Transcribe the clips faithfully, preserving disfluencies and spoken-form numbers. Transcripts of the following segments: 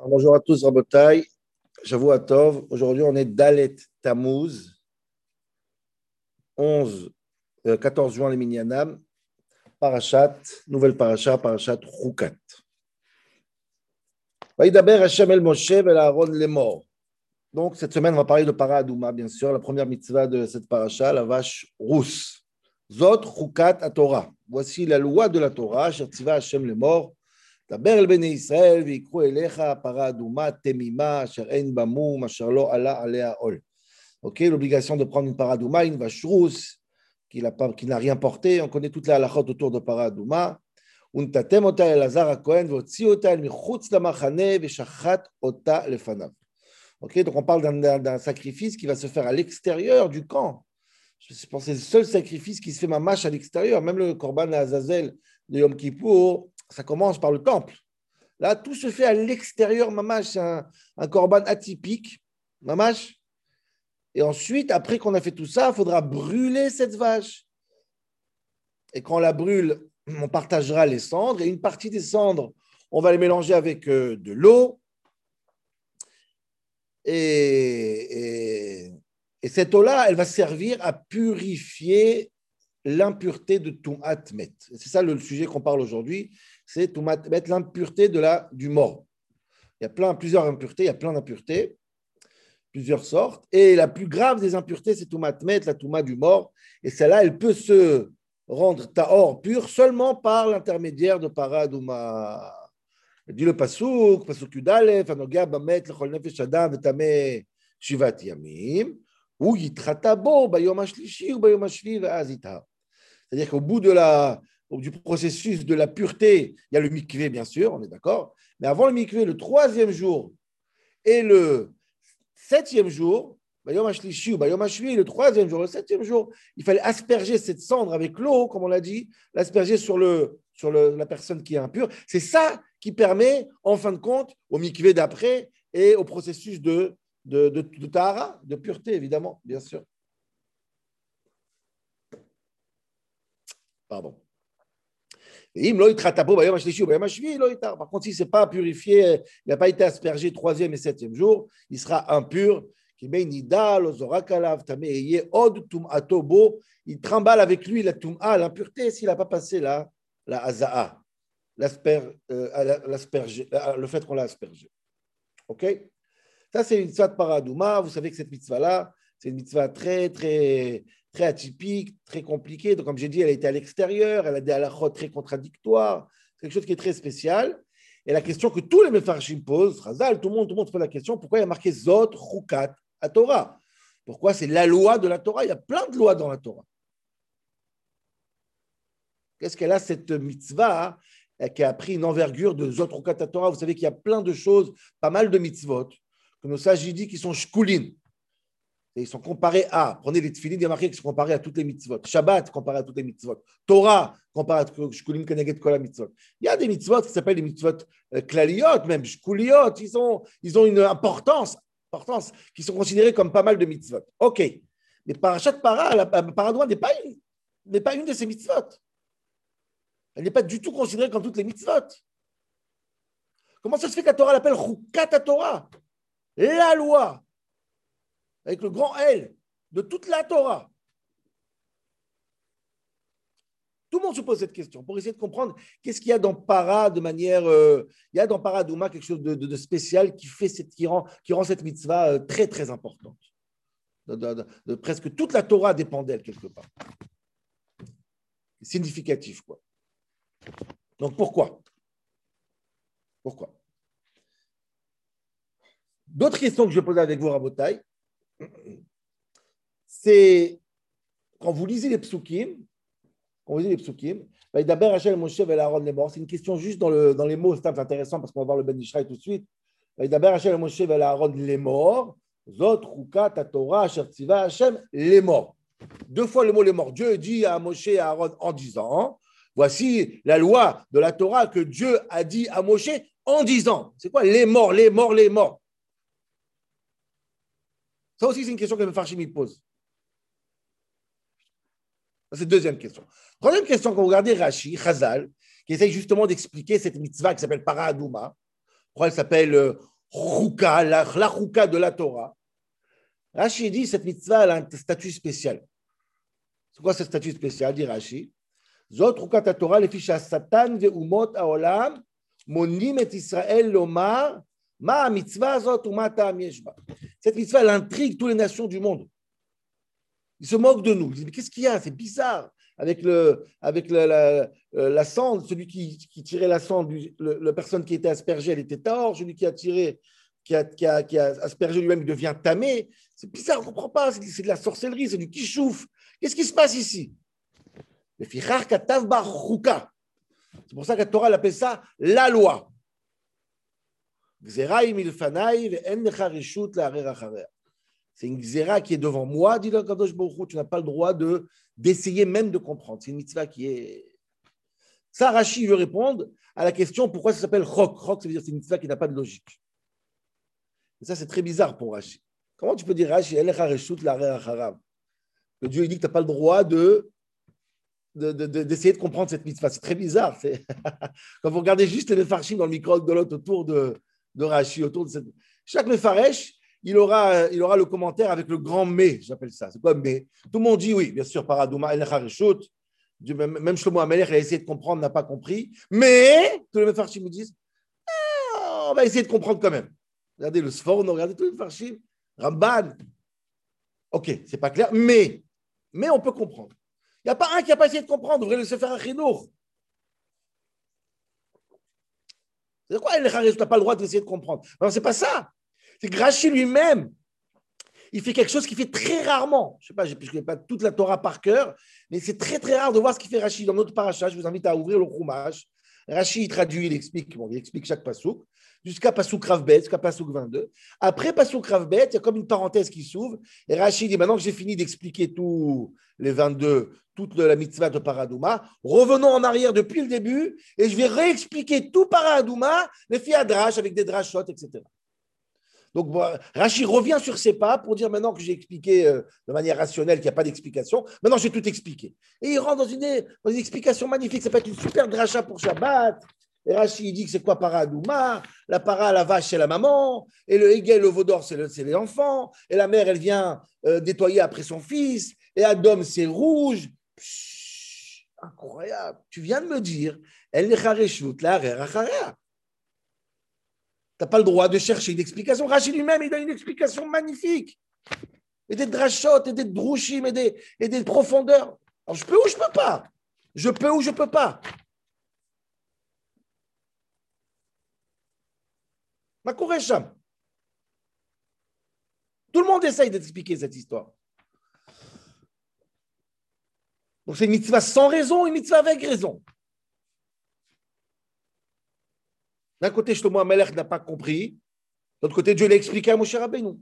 Bonjour à tous, Rabotai. Shavua Tov. Aujourd'hui, on est Dalet Tammuz, onze, euh, quatorze juin, les Minyanam, Parashat, nouvelle Parashat, Parashat Chukat. Vaïdaber Hashem el Moshe vel Aaron les morts. Donc, cette semaine, on va parler de Para Adouma, bien sûr, la première mitzvah de cette Parashat, la vache rousse. Zot Chukat à Torah. Voici la loi de la Torah, Shertiva Hashem les morts. דבר אל בני ישראל ויקחו אליך פרה אדומה תמימה אשר אין בה מום אשר לא עלה עליה עול. Ok, l'obligation de prendre une para adouma, une vache rousse qui n'a pas, qui n'a rien porté. On connaît toutes les halachot autour de para adouma. ונתתם אותה אל אלעזר הכהן והוציאו אותה אל מחוץ למחנה ושחט אותה לפניו. Ok, donc on parle d'un, d'un, d'un sacrifice qui va se faire à l'extérieur du camp. Je pense que c'est le seul sacrifice qui se fait mamash à l'extérieur. Même le korban à Azazel de Yom Kippour, ça commence par le temple. Là, tout se fait à l'extérieur, mamash, c'est un, un korban atypique, mamash. Et ensuite, après qu'on a fait tout ça, il faudra brûler cette vache. Et quand on la brûle, on partagera les cendres. Et une partie des cendres, on va les mélanger avec euh, de l'eau. Et, et, et cette eau-là, elle va servir à purifier l'impureté de Tumat Met. C'est ça le sujet qu'on parle aujourd'hui, c'est Tumat Met, l'impureté de la, du mort. Il y a plein, plusieurs impuretés, il y a plein d'impuretés, plusieurs sortes, et la plus grave des impuretés, c'est Tumat Met, la Touma du mort, et celle-là, elle peut se rendre Tahor pure seulement par l'intermédiaire de Para Adouma. Dit le Pasuk, Pasuk Yudalef, Anoga Bamet, Lechol Nefesh Adam, Vetame Shivat Yamim, ou Yitrata Bo, Bayom HaShlishi, ou Bayom HaShvi, Ve'azita. C'est-à-dire qu'au bout de la, du processus de la pureté, il y a le mikvé, bien sûr, on est d'accord. Mais avant le mikvé, le troisième jour et le septième jour, Bayom HaShlishi ou Bayom HaShvi, le troisième jour, le septième jour, il fallait asperger cette cendre avec l'eau, comme on l'a dit, l'asperger sur, le, sur le, la personne qui est impure. C'est ça qui permet, en fin de compte, au mikvé d'après et au processus de, de, de, de tahara, de pureté, évidemment, bien sûr. Pardon. Par contre, si ce n'est pas purifié, il n'a pas été aspergé troisième et septième jour, il sera impur. Il trimballe avec lui la tum'a, l'impureté, s'il n'a pas passé la, la haza'a, l'asper, euh, l'asperger, le fait qu'on l'a aspergé. Ok? Ça, c'est une mitzvah de Para Adouma. Vous savez que cette mitzvah-là, c'est une mitzvah très, très, très atypique, très compliquée. Donc, comme j'ai dit, elle a été à l'extérieur, elle a des halachot très contradictoires. C'est quelque chose qui est très spécial. Et la question que tous les mefarshim posent, Chazal, tout le monde, tout le monde pose la question, pourquoi il y a marqué Zot Chukat à Torah? Pourquoi c'est la loi de la Torah? Il y a plein de lois dans la Torah. Qu'est-ce qu'elle a, cette mitzvah hein, qui a pris une envergure de Zot Chukat à Torah? Vous savez qu'il y a plein de choses, pas mal de mitzvot, que nos sages disent qui sont shkulin. Ils sont comparés à, prenez les tefilin, il y a marqué qu'ils sont comparés à toutes les mitzvot. Shabbat, comparé à toutes les mitzvot. Torah, comparé à shkulim keneged kol mitzvot. Il y a des mitzvot qui s'appellent les mitzvot klaliot, même shkuliot, ils ont, ils ont une importance, importance, qui sont considérés comme pas mal de mitzvot. Ok, mais Parashat Para, la Para Adouma n'est pas, n'est pas une de ces mitzvot. Elle n'est pas du tout considérée comme toutes les mitzvot. Comment ça se fait que la Torah l'appelle Chukat Torah? La loi, avec le grand L de toute la Torah. Tout le monde se pose cette question pour essayer de comprendre qu'est-ce qu'il y a dans Para de manière. Euh, il y a dans Para Adouma quelque chose de, de, de spécial qui, fait cette, qui, rend, qui rend cette mitzvah euh, très, très importante. De, de, de, de, presque toute la Torah dépend d'elle, quelque part. C'est significatif, quoi. Donc pourquoi Pourquoi D'autres questions que je vais poser avec vous, Rabotai, c'est quand vous lisez les psukim, quand vous lisez les psukim, Vaïdaber Hashem Moshe vel Aaron les morts, c'est une question juste dans, le, dans les mots, c'est intéressant parce qu'on va voir le Ben Ishraï tout de suite. Vaïdaber Hashem Moshe vel Aaron les morts, Zot Chukat Torah Asher Tziva Hashem les morts. Deux fois le mot les morts. Dieu dit à Moshe et à Aaron en disant, voici la loi de la Torah que Dieu a dit à Moshe en disant. C'est quoi les morts, les morts, les morts? Ça aussi, c'est une question que le Farshim pose. C'est la deuxième question. Troisième question, quand vous regardez Rashi, Chazal, qui essaye justement d'expliquer cette mitzvah qui s'appelle Para Adouma, pourquoi elle s'appelle chouka, la, la chouka de la Torah. Rashi dit cette mitzvah elle a un statut spécial. C'est quoi ce statut spécial, dit Rashi? Zot choukat Torah lefi shasatan ve'umot haolam monim et Israël lomar ma mitzvah zot u'ma ta'am yesh ba. Cette mitzvah elle intrigue toutes les nations du monde. Ils se moquent de nous. Ils disent mais qu'est-ce qu'il y a? C'est bizarre. Avec, le, avec la, la, la cendre, celui qui, qui tirait la cendre, le, la personne qui était aspergée, elle était tort. Celui qui a tiré, qui a, qui a, qui a aspergé lui-même, il devient tamé. C'est bizarre, on ne comprend pas. C'est, c'est de la sorcellerie, c'est du kishouf. Qu'est-ce qui se passe ici? C'est pour ça que la Torah appelle ça la loi. C'est une xéra qui est devant moi, dit le Kadosh Baruch Hu, tu n'as pas le droit de, d'essayer même de comprendre. C'est une mitzvah qui est... Ça, Rashi lui répond à la question pourquoi ça s'appelle chok. Chok, ça veut dire que c'est une mitzvah qui n'a pas de logique. Et ça, c'est très bizarre pour Rashi. Comment tu peux dire Rashi, que Dieu il dit que tu n'as pas le droit de, de, de, de, d'essayer de comprendre cette mitzvah? C'est très bizarre. C'est... Quand vous regardez juste les mefarshim dans le micro de l'autre autour de, de Rashi, autour de cette... Chaque mefaresh, Il aura, il aura le commentaire avec le grand mais, j'appelle ça. C'est quoi mais? Tout le monde dit oui, bien sûr, paradouma, el harishut. Même Shlomo Amelech, il a essayé de comprendre, n'a pas compris. Mais, tous les mefarshim me disent, ah, on va essayer de comprendre quand même. Regardez le Sforno, regardez tous les mefarshim. Ramban. Ok, c'est pas clair, mais, mais on peut comprendre. Il n'y a pas un qui n'a pas essayé de comprendre. Ouvrez le Sefer HaChinuch. C'est quoi el harishut? Tu n'as pas le droit d'essayer de comprendre. Non, c'est pas ça. C'est que Rashi lui-même, il fait quelque chose qu'il fait très rarement. Je ne sais pas, je ne connais pas toute la Torah par cœur, mais c'est très très rare de voir ce qu'il fait Rashi dans notre paracha. Je vous invite à ouvrir le Chumash. Rashi, il traduit, il explique, bon, il explique chaque pasouk, jusqu'à pasouk Rav Bet, jusqu'à pasouk vingt-deux. Après pasouk Rav Bet, il y a comme une parenthèse qui s'ouvre, et Rashi dit, maintenant que j'ai fini d'expliquer tous les vingt-deux, toute la mitzvah de Paradouma, revenons en arrière depuis le début, et je vais réexpliquer tout Paradouma, les filles à drash, avec des drashot, et cetera. Donc, bon, Rashi revient sur ses pas pour dire maintenant que j'ai expliqué euh, de manière rationnelle qu'il n'y a pas d'explication, maintenant j'ai tout expliqué. Et il rentre dans une, dans une explication magnifique, ça peut être une super dracha pour Shabbat. Et Rashi il dit que c'est quoi para Adouma? La para, la vache, c'est la maman, et le Hegel, le veau d'or, c'est, le, c'est les enfants, et la mère, elle vient euh, nettoyer après son fils, et Adom, c'est rouge. Psh, incroyable. Tu viens de me dire, elle est chareshut, la rera. Tu n'as pas le droit de chercher une explication. Rashi lui-même, il donne une explication magnifique. Et des drachot, et des drushim, et des, et des profondeurs. Alors, je peux ou je ne peux pas? Je peux ou je ne peux pas? Ma Kouresham. Tout le monde essaye d'expliquer cette histoire. Donc, c'est une mitzvah sans raison, une mitzvah avec raison. D'un côté, Shlomo Amelech n'a pas compris. De l'autre côté, Dieu l'a expliqué à Moshe Rabbeinu.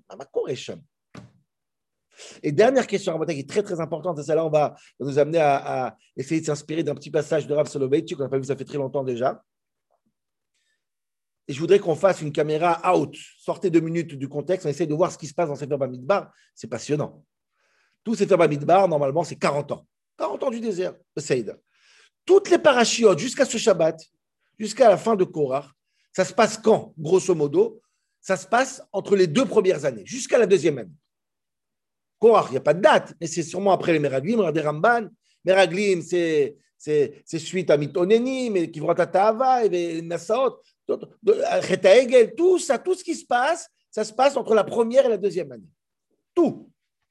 Et dernière question, qui est très très importante, et celle-là, on va nous amener à, à essayer de s'inspirer d'un petit passage de Rav Soloveitchik qu'on n'a pas vu, ça fait très longtemps déjà. Et je voudrais qu'on fasse une caméra out. Sortez deux minutes du contexte, on essaie de voir ce qui se passe dans Sefer Bamidbar. C'est passionnant. Tout Sefer Bamidbar, normalement, c'est quarante ans. quarante ans du désert, le Seïda. Toutes les parachiotes jusqu'à ce Shabbat, jusqu'à la fin de Korach, ça se passe quand, grosso modo? Ça se passe entre les deux premières années, jusqu'à la deuxième année. Korach, il n'y a pas de date, mais c'est sûrement après les Meraglim, regardez Ramban. Meraglim, c'est, c'est, c'est suite à Mitoneni, mais Kivrot HaTahava, et Nasaot, Chet Hegel, tout ça, tout ce qui se passe, ça se passe entre la première et la deuxième année. Tout.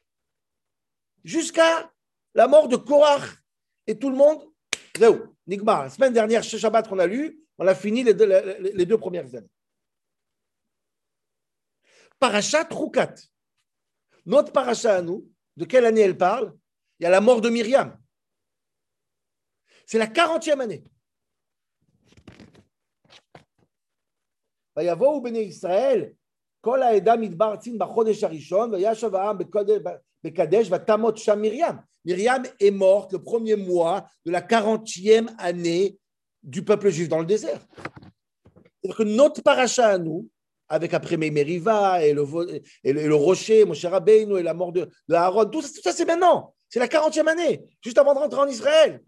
Jusqu'à la mort de Korach. Et tout le monde, Zéou, Nigmar. La semaine dernière, chez Shabbat qu'on a lu, on a fini les deux, les, les deux premières années. Parashat Roukat. Notre paracha à nous, de quelle année elle parle? Il y a la mort de Myriam. C'est la quarantième année. ויבואו בני ישראל, כל העדה מדבר צין בחודש הראשון, וישב העם בקדש ותמות שם מרים. Myriam est morte le premier mois de la quarantième année du peuple juif dans le désert. C'est-à-dire que notre paracha à nous, avec après Meriva et le, et le, et le rocher, Moshe Rabbeinu et la mort de, de Aaron, tout ça, tout ça c'est maintenant. C'est la quarantième année, juste avant de rentrer en Israël.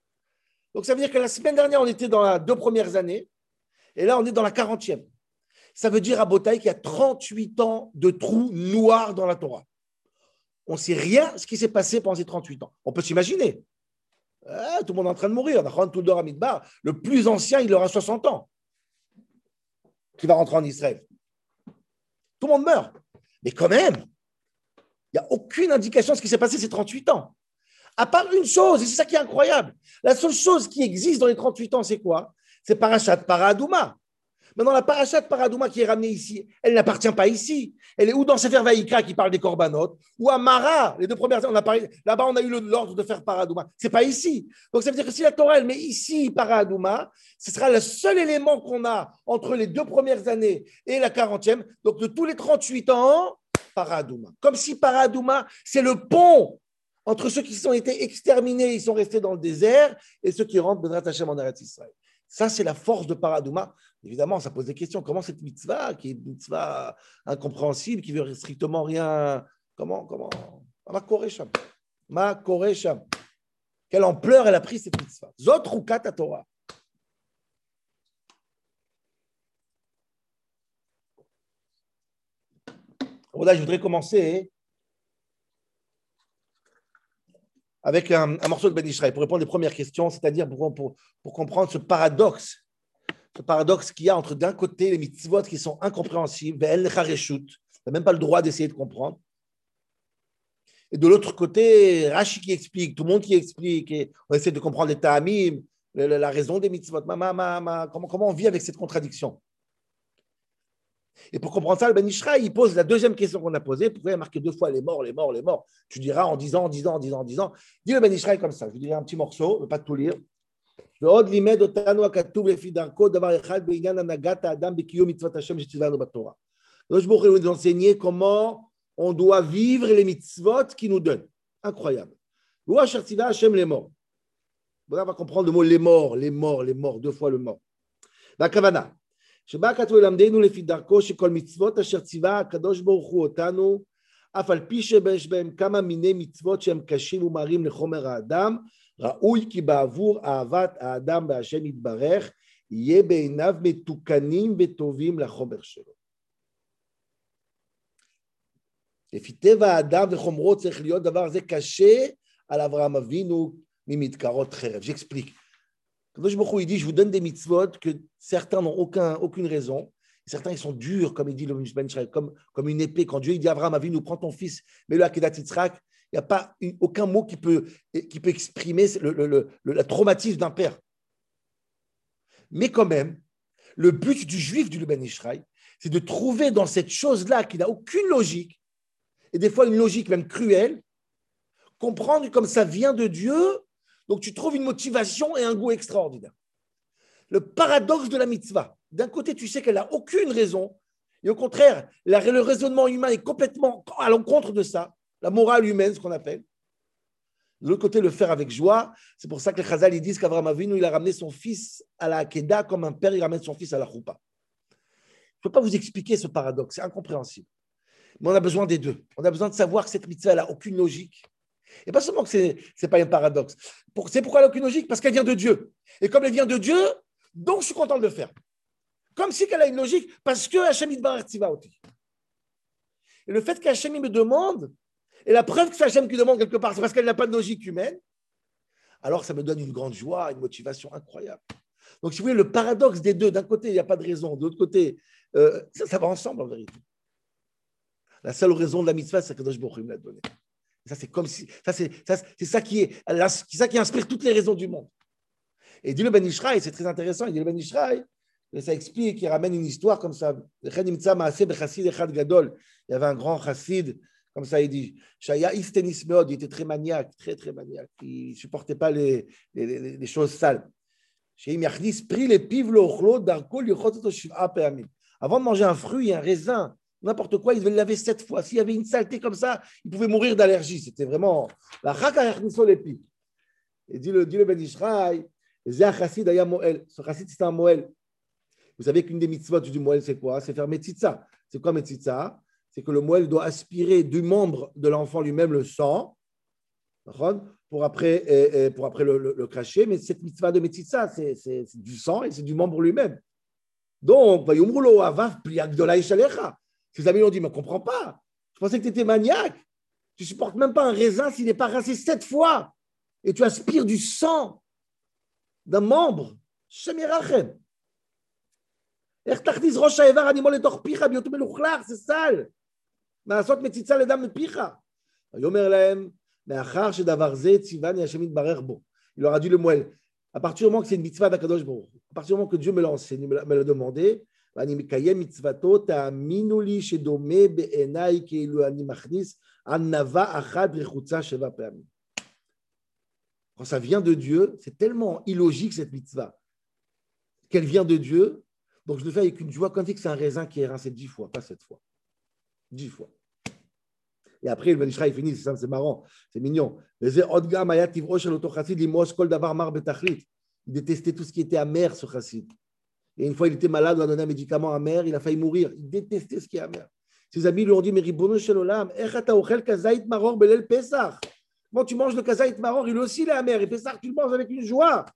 Donc ça veut dire que la semaine dernière, on était dans les deux premières années, et là, on est dans la quarantième. Ça veut dire à Botaï qu'il y a trente-huit ans de trous noirs dans la Torah. On ne sait rien de ce qui s'est passé pendant ces trente-huit ans. On peut s'imaginer. Ah, tout le monde est en train de mourir. Le plus ancien, il aura soixante ans, qui va rentrer en Israël. Tout le monde meurt. Mais quand même, il n'y a aucune indication de ce qui s'est passé ces trente-huit ans. À part une chose, et c'est ça qui est incroyable. La seule chose qui existe dans les trente-huit ans, c'est quoi? C'est Parashat Paradouma. Maintenant, la Parashat Paradouma qui est ramenée ici, elle n'appartient pas ici. Elle est ou dans Sefer Vaïkra qui parle des Korbanot, ou à Mara, les deux premières, on a parlé, là-bas on a eu l'ordre de faire Paradouma. Ce n'est pas ici. Donc ça veut dire que si la Torah, elle met ici Paradouma, ce sera le seul élément qu'on a entre les deux premières années et la quarantième. Donc de tous les trente-huit ans, Paradouma. Comme si Paradouma, c'est le pont entre ceux qui ont été exterminés, ils sont restés dans le désert, et ceux qui rentrent Bezrat Hashem en Eretz Israël. Ça, c'est la force de Paradouma. Évidemment, ça pose des questions. Comment cette mitzvah, qui est une mitzvah incompréhensible, qui veut strictement rien, comment, comment, Ma Koresham. Ma Koresham. Quelle ampleur elle a pris cette mitzvah. Zot Rukat Torah. Voilà, je voudrais commencer avec un, un morceau de Ben Israël pour répondre aux premières questions, c'est-à-dire pour, pour, pour comprendre ce paradoxe. Ce paradoxe qu'il y a entre d'un côté les mitzvot qui sont incompréhensibles, tu n'as même pas le droit d'essayer de comprendre, et de l'autre côté, Rashi qui explique, tout le monde qui explique, et on essaie de comprendre les ta'amim, la, la raison des mitzvot, ma, ma, ma, ma, comment, comment on vit avec cette contradiction. Et pour comprendre ça, le Ben Ishraï, il pose la deuxième question qu'on a posée, pourquoi il a marqué deux fois les morts, les morts, les morts. Tu diras en disant, en disant, en disant, en disant. Dis le Ben Ishraï comme ça, je vous dirai un petit morceau, je ne vais pas tout lire. ועוד לימד אותנו הכתוב לפי דרכו דבר אחד בעניין הנהגת האדם בקיום מצוות השם שציוונו בתורה. הקדוש ברוך הוא nous enseignait comment on doit vivre les mitzvot qu'il nous donne. Incroyable. והוא אשר ציווה השם לאמור. Voilà, on va comprendre le mot les morts, les morts, les morts, deux fois le mort. והכוונה, שבה כתוב ללמדנו לפי דרכו שכל מצוות אשר ציווה הקדוש ברוך הוא אותנו, אף על פי שיש בהם כמה מיני מצוות שהם קשים ומרים לחומר האדם, ראוי כי בעבור אהבת האדם בהשם יתברך יהיה בעיניו מתוקנים וטובים לחומר שלו. לפי טבע האדם וחומרו צריך להיות דבר זה קשה על אברהם אבינו ממדקרות חרב. J'explique. Kadosh Baruch Hu, il dit, je vous donne des mitzvot que certains n'ont aucun, aucune raison. Certains, ils sont durs, comme il dit le Ben Israël, comme, comme une épée. Quand Dieu il dit à Abraham Avinu, prends ton fils, mets-le à Kedat Yitzhak, il n'y a pas une, aucun mot qui peut, qui peut exprimer le, le, le, le traumatisme d'un père. Mais quand même, le but du juif du Ben Israël, c'est de trouver dans cette chose-là qui n'a aucune logique, et des fois une logique même cruelle, comprendre comme ça vient de Dieu. Donc, tu trouves une motivation et un goût extraordinaire. Le paradoxe de la mitzvah. D'un côté, tu sais qu'elle n'a aucune raison. Et au contraire, la, le raisonnement humain est complètement à l'encontre de ça. La morale humaine, ce qu'on appelle. De l'autre côté, le faire avec joie. C'est pour ça que les Chazal, ils disent qu'Avraham Avinu, il a ramené son fils à la Hakeda comme un père, il ramène son fils à la Choupa. Je ne peux pas vous expliquer ce paradoxe. C'est incompréhensible. Mais on a besoin des deux. On a besoin de savoir que cette mitzvah n'a aucune logique. Et pas seulement que ce n'est pas un paradoxe. Pour, c'est pourquoi elle n'a aucune logique, parce qu'elle vient de Dieu. Et comme elle vient de Dieu, donc je suis content de le faire. Comme si elle a une logique, parce que Hachem Yitbarach Tziva Oti. Et le fait qu'Hachem me demande, et la preuve que c'est Hachem qui demande quelque part, c'est parce qu'elle n'a pas de logique humaine, alors ça me donne une grande joie, une motivation incroyable. Donc si vous voulez, le paradoxe des deux, d'un côté, il n'y a pas de raison, de l'autre côté, euh, ça, ça va ensemble en vérité. La seule raison de la mitzvah, c'est que Kadosh Baruch Hu me l'a donné. Ça, c'est comme si, ça, c'est, ça, c'est ça qui est, c'est ça qui inspire toutes les raisons du monde. Et dit le Ben Ishraï, c'est très intéressant, il dit le Ben Ishraï, ça explique, il ramène une histoire comme ça. Il y avait un grand chassid, comme ça il dit, Shaya Istenis Meod, il était très maniaque, très très maniaque, il ne supportait pas les, les, les, les choses sales. Avant de manger un fruit, un raisin, n'importe quoi, il devait le laver sept fois. S'il y avait une saleté comme ça, il pouvait mourir d'allergie. C'était vraiment la chaka yachniso l'épi. Et dit le, dit le Ben Ishraï, ce chassid, c'est un moël. Vous savez qu'une des mitzvot du moël, c'est quoi? C'est faire metzitza. C'est quoi metzitza? C'est que le moël doit aspirer du membre de l'enfant lui-même le sang, pour après, et, et pour après le, le, le cracher. Mais cette mitzvah de metzitza, c'est, c'est, c'est du sang et c'est du membre lui-même. Donc, ses amis lui ont dit, mais on ne comprend pas. Je pensais que tu étais maniaque. Tu ne supportes même pas un raisin s'il n'est pas rincé sept fois. Et tu aspires du sang d'un membre. C'est sale. Il leur a dit le moelle. À partir du moment que c'est une mitzvah d'Akadosh Baruch Hu, à partir du moment que Dieu me l'a enseigné, me l'a demandé, quand ça vient de Dieu, c'est tellement illogique cette mitzvah qu'elle vient de Dieu, donc je le fais avec une joie comme si c'est un raisin qui est rincé dix fois, pas sept fois. Dix fois. Et après, le Ben Ishraï finit, c'est, c'est marrant, c'est mignon. Il détestait tout ce qui était amer, ce chassid. Et une fois, il était malade, on a donné un médicament amer, il a failli mourir. Il détestait ce qui est amer. Ses amis lui ont dit, mais Ribono Shel Olam, comment tu manges le kazaït maror, il aussi il est amer. Et Pessah, tu le manges avec une joie.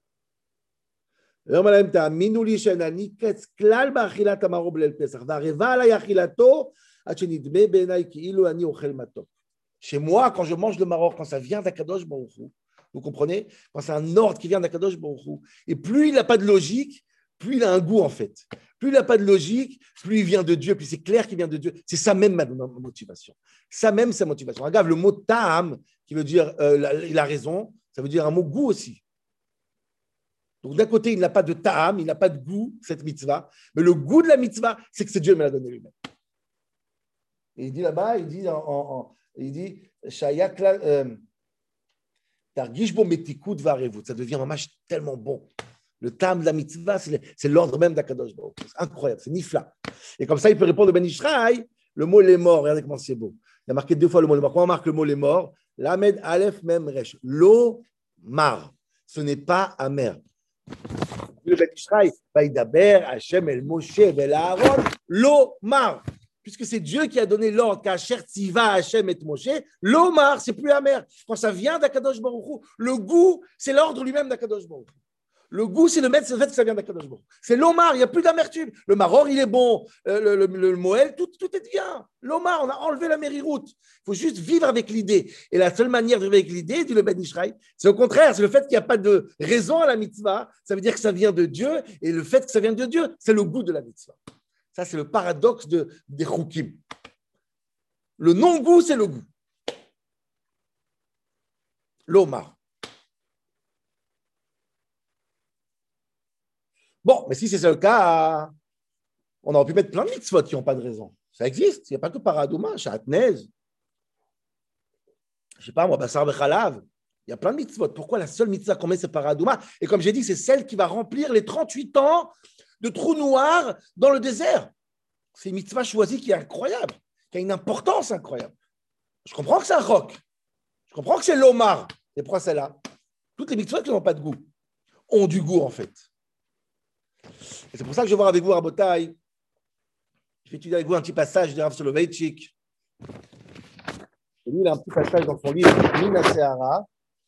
Chez moi, quand je mange le maror, quand ça vient d'Akadosh Baruch Hu, vous comprenez? Quand c'est un ordre qui vient d'Akadosh Baruch Hu, et plus il n'a pas de logique, plus il a un goût en fait. Plus il n'a pas de logique, plus il vient de Dieu, plus c'est clair qu'il vient de Dieu. C'est ça même ma motivation. Ça même sa motivation. Regarde, le mot ta'am, qui veut dire euh, il a raison, ça veut dire un mot goût aussi. Donc d'un côté, il n'a pas de ta'am, il n'a pas de goût, cette mitzvah, mais le goût de la mitzvah, c'est que c'est Dieu qui me l'a donné lui-même. Et il dit là-bas, il dit, en, en, en, il dit, Shayakla, euh, Targishbo metikut varevut, ça devient vraiment tellement bon. Le tam de la mitzvah, c'est, c'est l'ordre même d'Akadosh Baruch Hu. C'est incroyable, c'est nifla. Et comme ça, il peut répondre au Ben Ishraï, le mot les morts. Regardez comment c'est beau. Il a marqué deux fois le mot les morts. Comment on marque le mot les morts? Lamed Aleph Mem Resh. Lo mar. Ce n'est pas amer. Le Ben Ishraï, Vaïdaber, Hachem El Moshe, El Aaron, Lo mar. Puisque c'est Dieu qui a donné l'ordre qu'Asher Tziva Hachem et Moshe, Lo mar, c'est plus amer. Quand ça vient d'Akadosh Baruch Hu, le goût, c'est l'ordre lui-même d'Akadosh Baruch Hu. Le goût, c'est le maître, c'est le fait que ça vient d'Akadosh Baruch Hu. C'est l'omar, il n'y a plus d'amertume. Le maror, il est bon. Euh, le, le, le, le moël, tout, tout est bien. L'omar, on a enlevé la mériroute. Il faut juste vivre avec l'idée. Et la seule manière de vivre avec l'idée, dit le Ben Ishraï, c'est au contraire, c'est le fait qu'il n'y a pas de raison à la mitzvah. Ça veut dire que ça vient de Dieu. Et le fait que ça vient de Dieu, c'est le goût de la mitzvah. Ça, c'est le paradoxe de, des choukim. Le non-goût, c'est le goût. L'omar. Bon, mais si c'est le cas, on aurait pu mettre plein de mitzvot qui n'ont pas de raison. Ça existe. Il n'y a pas que paradouma, chatnez. Je ne sais pas, moi, Bassar Bechalav. Il y a plein de mitzvot. Pourquoi la seule mitzvah qu'on met, c'est paradouma? Et comme j'ai dit, c'est celle qui va remplir les trente-huit ans de trous noirs dans le désert. C'est une mitzvah choisie qui est incroyable, qui a une importance incroyable. Je comprends que c'est un roc. Je comprends que c'est l'omar. Et pourquoi celle-là? Toutes les mitzvot qui n'ont pas de goût ont du goût, en fait. Et c'est pour ça que je vais voir avec vous, Rabotai. Je vais étudier avec vous un petit passage de Rav Soloveitchik. Et lui, il a un petit passage dans son livre Mina Sehara.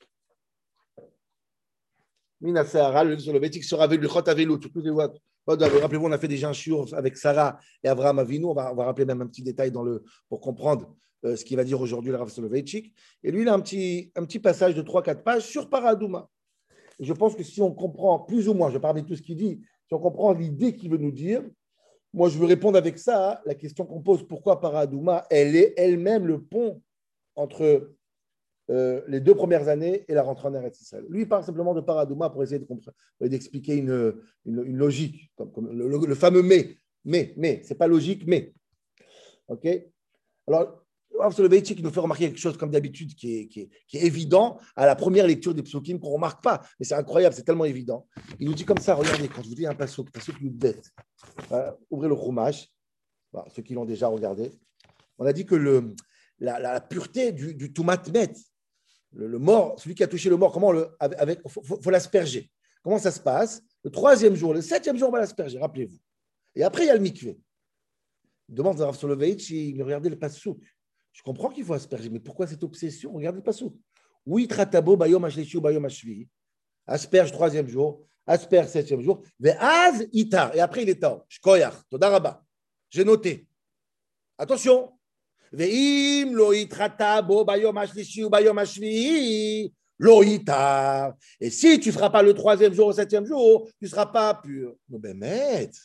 Mina Sehara, le livre Soloveitchik sur Avelu, Avelu. Rappelez-vous, on a fait déjà un shiur avec Sarah et Avraham Avinu. On va, on va rappeler même un petit détail dans le, pour comprendre euh, ce qu'il va dire aujourd'hui le Rav Soloveitchik. Et lui, il a un petit, un petit passage de trois quatre pages sur Paradouma. Et je pense que si on comprend plus ou moins, je parle de tout ce qu'il dit, si on comprend l'idée qu'il veut nous dire, moi, je veux répondre avec ça, la question qu'on pose, pourquoi Paradouma, elle est elle-même le pont entre euh, les deux premières années et la rentrée en Eretz Israël. Lui, il parle simplement de Paradouma pour essayer de comprendre, d'expliquer une, une, une logique, comme, comme le, le, le fameux « mais ». Mais, mais, ce n'est pas logique, mais. OK? Alors, Rav Soloveitchik nous fait remarquer quelque chose, comme d'habitude, qui est, qui, est, qui est évident à la première lecture des psukim, qu'on ne remarque pas, mais c'est incroyable, c'est tellement évident. Il nous dit comme ça, regardez, quand je vous dis un pasuk, pasuk Yudbet, euh, ouvrez le chumash, voilà, ceux qui l'ont déjà regardé, on a dit que le, la, la pureté du, du tumat met, le, le mort, celui qui a touché le mort, comment le, avec, faut, faut, faut l'asperger. Comment ça se passe? Le troisième jour, le septième jour, on va l'asperger, rappelez-vous. Et après, il y a le mikvé. Il demande à Rav Soloveitchik, regardez le pasuk. Je comprends qu'il faut asperger, mais pourquoi cette obsession? Regardez le pasuk. Oui, tratabo bayom ashleshi bayom ashvi. Asperge troisième jour, asperge septième jour, ve'az itar, et après il est tard. Shkoyach, toda rabba. J'ai noté. Attention. Ve'im lo itrata bo bayom hashlishi ou bayom hashvi'i lo itar. Et si tu ne feras pas le troisième jour au septième jour, tu ne seras pas pur. Non, ben, maître.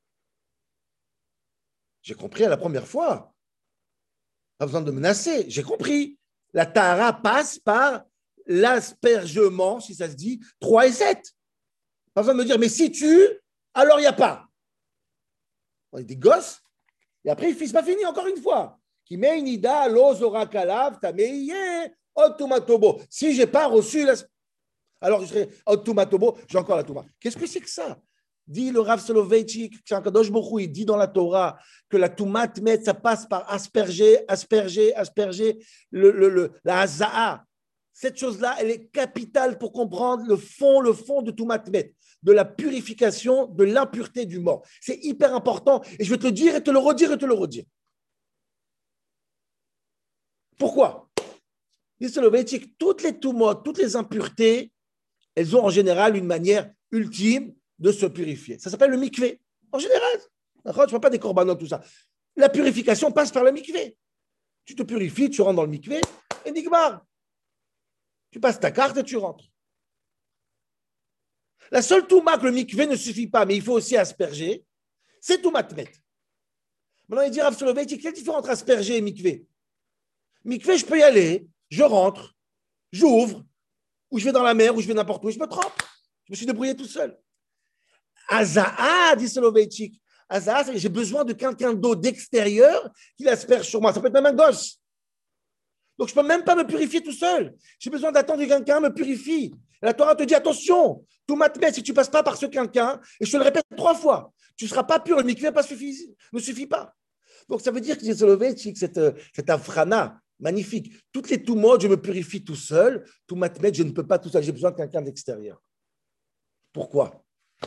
J'ai compris à la première fois. Pas besoin de menacer. J'ai compris. La tahara passe par l'aspergement, si ça se dit, trois et sept. Pas besoin de me dire, mais si tu, alors il n'y a pas. On est des gosses. Et après, il ne pas fini, encore une fois. Si je n'ai pas reçu la... Alors je serai automatobo, j'ai encore la Touma. Qu'est-ce que c'est que ça? Dit le Rav Soloveitchik, il dit dans la Torah que la Toumat met, ça passe par asperger, asperger, asperger, le, le, le, la Haza'a. Cette chose-là, elle est capitale pour comprendre le fond, le fond de Toumat met, de la purification, de l'impureté du mort. C'est hyper important et je vais te le dire et te le redire et te le redire. Pourquoi? Dit Soloveitchik, toutes les Toumot, toutes les impuretés, elles ont en général une manière ultime de se purifier. Ça s'appelle le mikvé. En général, tu ne parles pas des corbanotes, tout ça. La purification passe par le mikvé. Tu te purifies, tu rentres dans le mikvé, et nigmar. Tu passes ta carte et tu rentres. La seule touma que le mikvé ne suffit pas, mais il faut aussi asperger, c'est toumat met. Maintenant, il dit Rav Soloveitchik, quelle différence entre asperger et mikvé? Mikvé, je peux y aller, je rentre, j'ouvre, ou je vais dans la mer, ou je vais n'importe où, et je me trempe. Je me suis débrouillé tout seul. Haza'a, dit Soloveitchik. Haza'a, j'ai besoin de quelqu'un d'autre d'extérieur qui l'asperge sur moi. Ça peut être même un gosse. Donc, je ne peux même pas me purifier tout seul. J'ai besoin d'attendre que quelqu'un me purifie. Et la Torah te dit, attention, tout matmet, si tu ne passes pas par ce quelqu'un, et je te le répète trois fois, tu ne seras pas pur, le mikvé ne suffit pas. Donc, ça veut dire que dit Soloveitchik, cette, cette afrana magnifique. Toutes les tout modes, je me purifie tout seul. Tout matmet, je ne peux pas tout seul. J'ai besoin de quelqu'un d'extérieur. Pourquoi?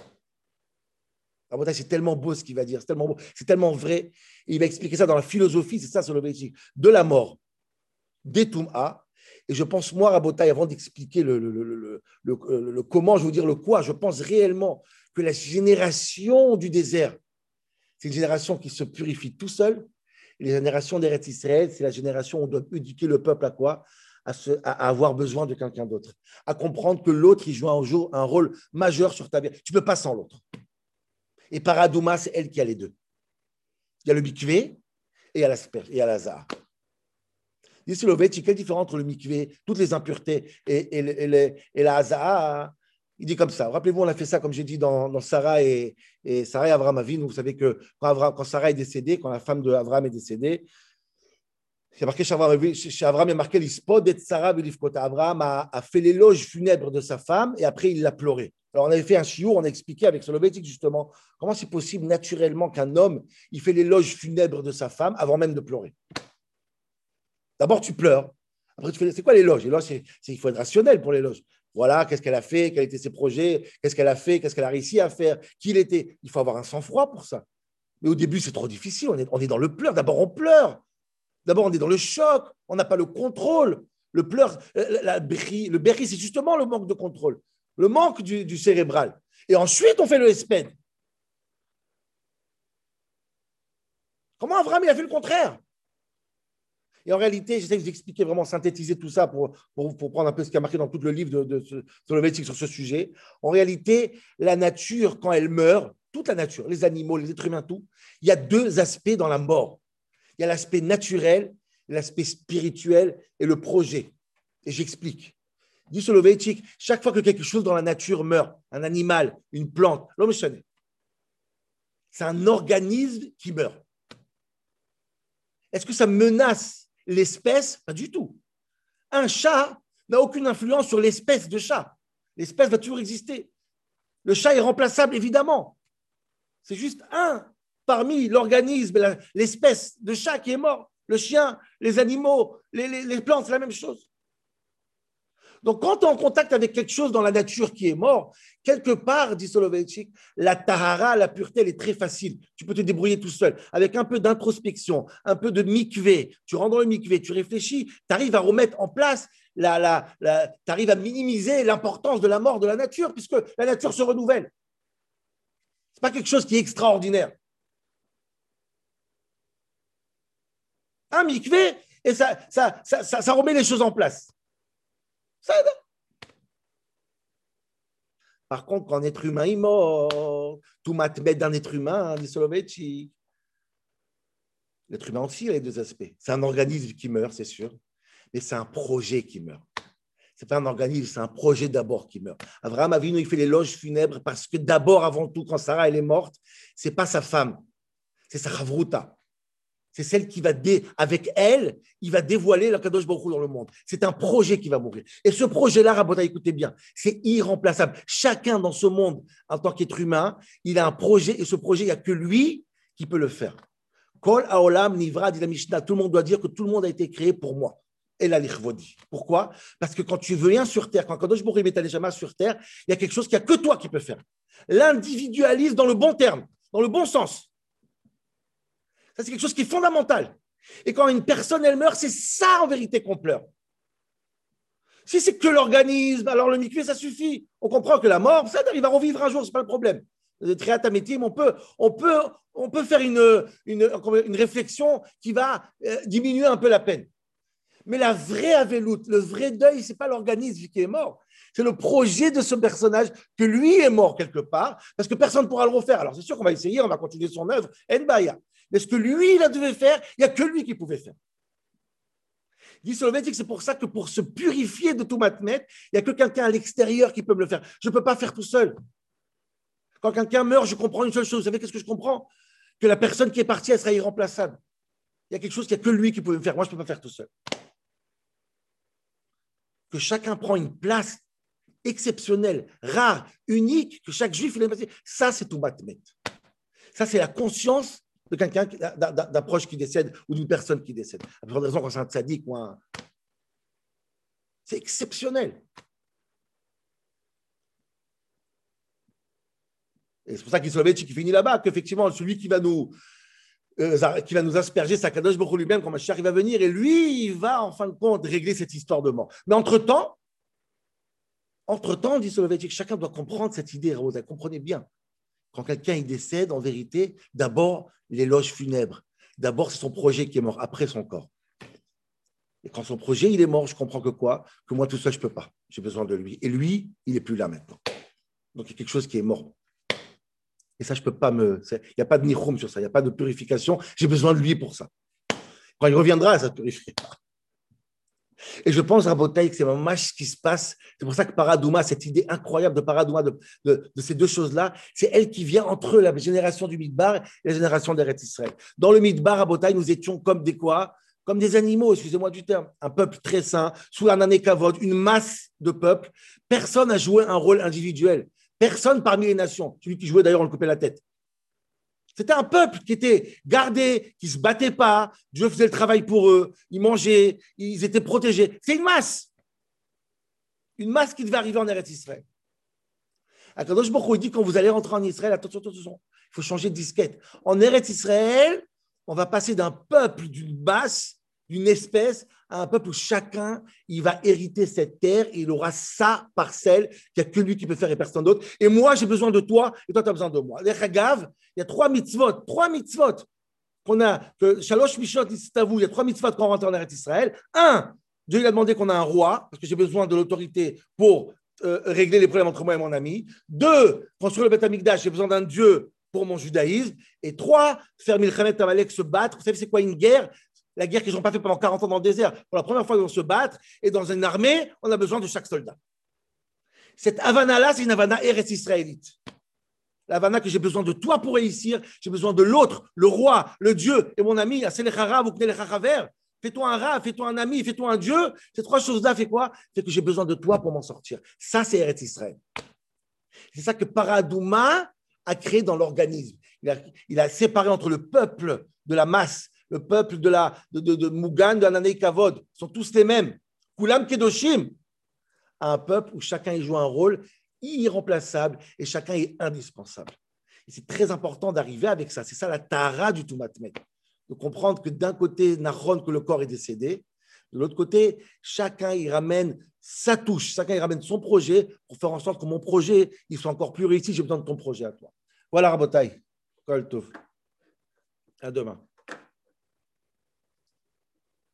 C'est tellement beau ce qu'il va dire, c'est tellement beau, c'est tellement vrai. Et il va expliquer ça dans la philosophie, c'est ça Soloveitchik, de la mort, des Toum'a. Et je pense, moi, Rabotai, avant d'expliquer le, le, le, le, le, le comment, je veux dire le quoi, je pense réellement que la génération du désert, c'est une génération qui se purifie tout seul. Et la génération d'Eretz Israël, c'est la génération où on doit éduquer le peuple à quoi? À, se, à avoir besoin de quelqu'un d'autre, à comprendre que l'autre, il joue un, jour, un rôle majeur sur ta vie. Tu ne peux pas sans l'autre. Et Paradouma, c'est elle qui a les deux. Il y a le mikvé et il y a l'asperge, et il y a l'azar. Dit Soloveitchik, quelle différence entre le mikvé, toutes les impuretés et, et, et, et la hazaa? Il dit comme ça. Rappelez-vous, on a fait ça, comme j'ai dit, dans, dans Sarah et, et Sarah et Avram Avinu. Vous savez que quand, Avram, quand Sarah est décédée, quand la femme d'Avram est décédée, c'est marqué chez Avram, chez Avram, il y a marqué l'Ispod et Sarah Belifkota. Avram a, a fait l'éloge funèbre de sa femme et après il l'a pleuré. Alors, on avait fait un chiour, on a expliqué avec Soloveitchik justement comment c'est possible naturellement qu'un homme, il fait l'éloge funèbre de sa femme avant même de pleurer. D'abord, tu pleures. Après, tu fais, c'est quoi l'éloge? L'éloge, c'est, c'est, il faut être rationnel pour l'éloge. Voilà, qu'est-ce qu'elle a fait, quels étaient ses projets, qu'est-ce qu'elle a fait, qu'est-ce qu'elle a réussi à faire, qui il était. Il faut avoir un sang-froid pour ça. Mais au début, c'est trop difficile. On est, on est dans le pleur. D'abord, on pleure. D'abord, on est dans le choc. On n'a pas le contrôle. Le pleur, la, la, le berry, c'est justement le manque de contrôle. Le manque du, du cérébral. Et ensuite, on fait le espède. Comment Avram, il a fait le contraire? Et en réalité, j'essaie de vous expliquer, vraiment synthétiser tout ça pour, pour, pour prendre un peu ce qui a marqué dans tout le livre de, de, de Soloveitchik sur ce sujet. En réalité, la nature, quand elle meurt, toute la nature, les animaux, les êtres humains, tout, il y a deux aspects dans la mort. Il y a l'aspect naturel, l'aspect spirituel et le projet. Et j'explique. Dit Soloveitchik, chaque fois que quelque chose dans la nature meurt, un animal, une plante, l'homme c'est un organisme qui meurt. Est-ce que ça menace l'espèce? Pas du tout. Un chat n'a aucune influence sur l'espèce de chat. L'espèce va toujours exister. Le chat est remplaçable, évidemment. C'est juste un parmi l'organisme, l'espèce de chat qui est mort. Le chien, les animaux, les, les, les plantes, c'est la même chose. Donc, quand tu es en contact avec quelque chose dans la nature qui est mort, quelque part, dit Soloveitchik, la tahara, la pureté, elle est très facile. Tu peux te débrouiller tout seul. Avec un peu d'introspection, un peu de mikvé, tu rentres dans le mikvé, tu réfléchis, tu arrives à remettre en place la, la, la, tu arrives à minimiser l'importance de la mort de la nature, puisque la nature se renouvelle. Ce n'est pas quelque chose qui est extraordinaire. Un mikvé, et ça, ça, ça, ça, ça remet les choses en place. Ça aide. Par contre, quand un être humain est mort, tout matmet d'un être humain, dit Soloveitchik. L'être humain aussi a les deux aspects. C'est un organisme qui meurt, c'est sûr, mais c'est un projet qui meurt. Ce n'est pas un organisme, c'est un projet d'abord qui meurt. Abraham Avinu, il fait l'éloge funèbre parce que d'abord, avant tout, quand Sarah elle est morte, ce n'est pas sa femme, c'est sa chavruta. C'est celle qui va, dé... avec elle, il va dévoiler la Kadosh Baruch Hu dans le monde. C'est un projet qui va mourir. Et ce projet-là, Rabota, écoutez bien, c'est irremplaçable. Chacun dans ce monde, en tant qu'être humain, il a un projet, et ce projet, il n'y a que lui qui peut le faire. Kol haolam nivra, dit la Mishnah, tout le monde doit dire que tout le monde a été créé pour moi. Et la lichvodi. Pourquoi? Parce que quand tu veux rien sur terre, quand Kadosh Baruch Hu met ta neshama sur terre, il y a quelque chose qu'il n'y a que toi qui peux faire. L'individualisme dans le bon terme, dans le bon sens. Ça, c'est quelque chose qui est fondamental. Et quand une personne, elle meurt, c'est ça en vérité qu'on pleure. Si c'est que l'organisme, alors le mikvé, ça suffit. On comprend que la mort, ça, il va revivre un jour, ce n'est pas le problème. On peut, on peut, on peut faire une, une, une réflexion qui va euh, diminuer un peu la peine. Mais la vraie aveloute, le vrai deuil, ce n'est pas l'organisme qui est mort. C'est le projet de ce personnage que lui est mort quelque part, parce que personne ne pourra le refaire. Alors c'est sûr qu'on va essayer, on va continuer son œuvre, en baya. Mais ce que lui, il a devait faire, il n'y a que lui qui pouvait faire. Dit Soloveitchik, c'est pour ça que pour se purifier de tout matmet, il n'y a que quelqu'un à l'extérieur qui peut me le faire. Je ne peux pas faire tout seul. Quand quelqu'un meurt, je comprends une seule chose. Vous savez qu'est-ce que je comprends? Que la personne qui est partie, elle sera irremplaçable. Il y a quelque chose qu'il n'y a que lui qui pouvait me faire. Moi, je ne peux pas faire tout seul. Que chacun prend une place exceptionnelle, rare, unique, que chaque juif, il est passé. Ça, c'est tout matmet. Ça, c'est la conscience de quelqu'un, d'un proche qui décède ou d'une personne qui décède. À plus de raison, quand c'est un tzaddik ou un... C'est exceptionnel. Et c'est pour ça qu'il se qui finit là-bas, qu'effectivement, celui qui va nous, euh, qui va nous asperger, c'est Kadosh Baruch Hu lui-même, quand Mashiach va venir, et lui, il va, en fin de compte, régler cette histoire de mort. Mais entre-temps, entre-temps, dit Soloveitchik, chacun doit comprendre cette idée, Raoul, comprenez bien. Quand quelqu'un il décède, en vérité, d'abord, l'éloge funèbre. D'abord, c'est son projet qui est mort, après son corps. Et quand son projet il est mort, je comprends que quoi? Que moi, tout seul, je ne peux pas. J'ai besoin de lui. Et lui, il n'est plus là maintenant. Donc, il y a quelque chose qui est mort. Et ça, je ne peux pas me... Il n'y a pas de nichum sur ça, il n'y a pas de purification. J'ai besoin de lui pour ça. Quand il reviendra, ça se purifiera. Et je pense, Rabotaï, que c'est vraiment ce qui se passe. C'est pour ça que Paradouma, cette idée incroyable de Paradouma, de, de, de ces deux choses-là, c'est elle qui vient entre la génération du Midbar et la génération d'Eretz Israël. Dans le Midbar, Rabotaï, nous étions comme des quoi? Comme des animaux, excusez-moi du terme. Un peuple très sain, sous la Nané Kavod, une masse de peuples. Personne n'a joué un rôle individuel. Personne parmi les nations. Celui qui jouait, d'ailleurs, on le coupait la tête. C'était un peuple qui était gardé, qui ne se battait pas. Dieu faisait le travail pour eux. Ils mangeaient, ils étaient protégés. C'est une masse. Une masse qui devait arriver en Eretz Israël. Akadosh Baruch Hu dit quand vous allez rentrer en Israël, attention, attention, il faut changer de disquette. En Eretz Israël, on va passer d'un peuple, d'une masse, d'une espèce, à un peuple où chacun, il va hériter cette terre et il aura sa parcelle, qu'il n'y a que lui qui peut faire et personne d'autre. Et moi, j'ai besoin de toi et toi, tu as besoin de moi. Les Chagav, il y a trois mitzvot, trois mitzvot qu'on a, que Shalosh Mishot, c'est à vous, il y a trois mitzvot quand on rentre en Eretz Israël. Un, Dieu il a demandé qu'on a un roi, parce que j'ai besoin de l'autorité pour euh, régler les problèmes entre moi et mon ami. Deux, construire le Beth Amikdash, j'ai besoin d'un Dieu pour mon judaïsme. Et trois, faire Milchamet Amalek, se battre. Vous savez, c'est quoi une guerre? La guerre qu'ils n'ont pas fait pendant quarante ans dans le désert. Pour la première fois, ils vont se battre. Et dans une armée, on a besoin de chaque soldat. Cette Havana-là, c'est une Havana Eretz israélite. La Havana que j'ai besoin de toi pour réussir. J'ai besoin de l'autre, le roi, le Dieu et mon ami. Fais-toi un rat, fais-toi un ami, fais-toi un Dieu. Ces trois choses-là, fait quoi? Fait que j'ai besoin de toi pour m'en sortir. Ça, c'est Eretz Israël. C'est ça que Paradouma a créé dans l'organisme. Il a, il a séparé entre le peuple de la masse, le peuple de, la, de, de, de Mugan, de Ananei Kavod, ils sont tous les mêmes. Kulam Kedoshim, un peuple où chacun y joue un rôle irremplaçable et chacun est indispensable. Et c'est très important d'arriver avec ça. C'est ça la Tahara du Toumatmet. De comprendre que d'un côté, Nahon, que le corps est décédé, De l'autre côté, chacun y ramène sa touche, chacun y ramène son projet pour faire en sorte que mon projet il soit encore plus réussi. J'ai besoin de ton projet à toi. Voilà, Rabotai. Kol Tov. À demain.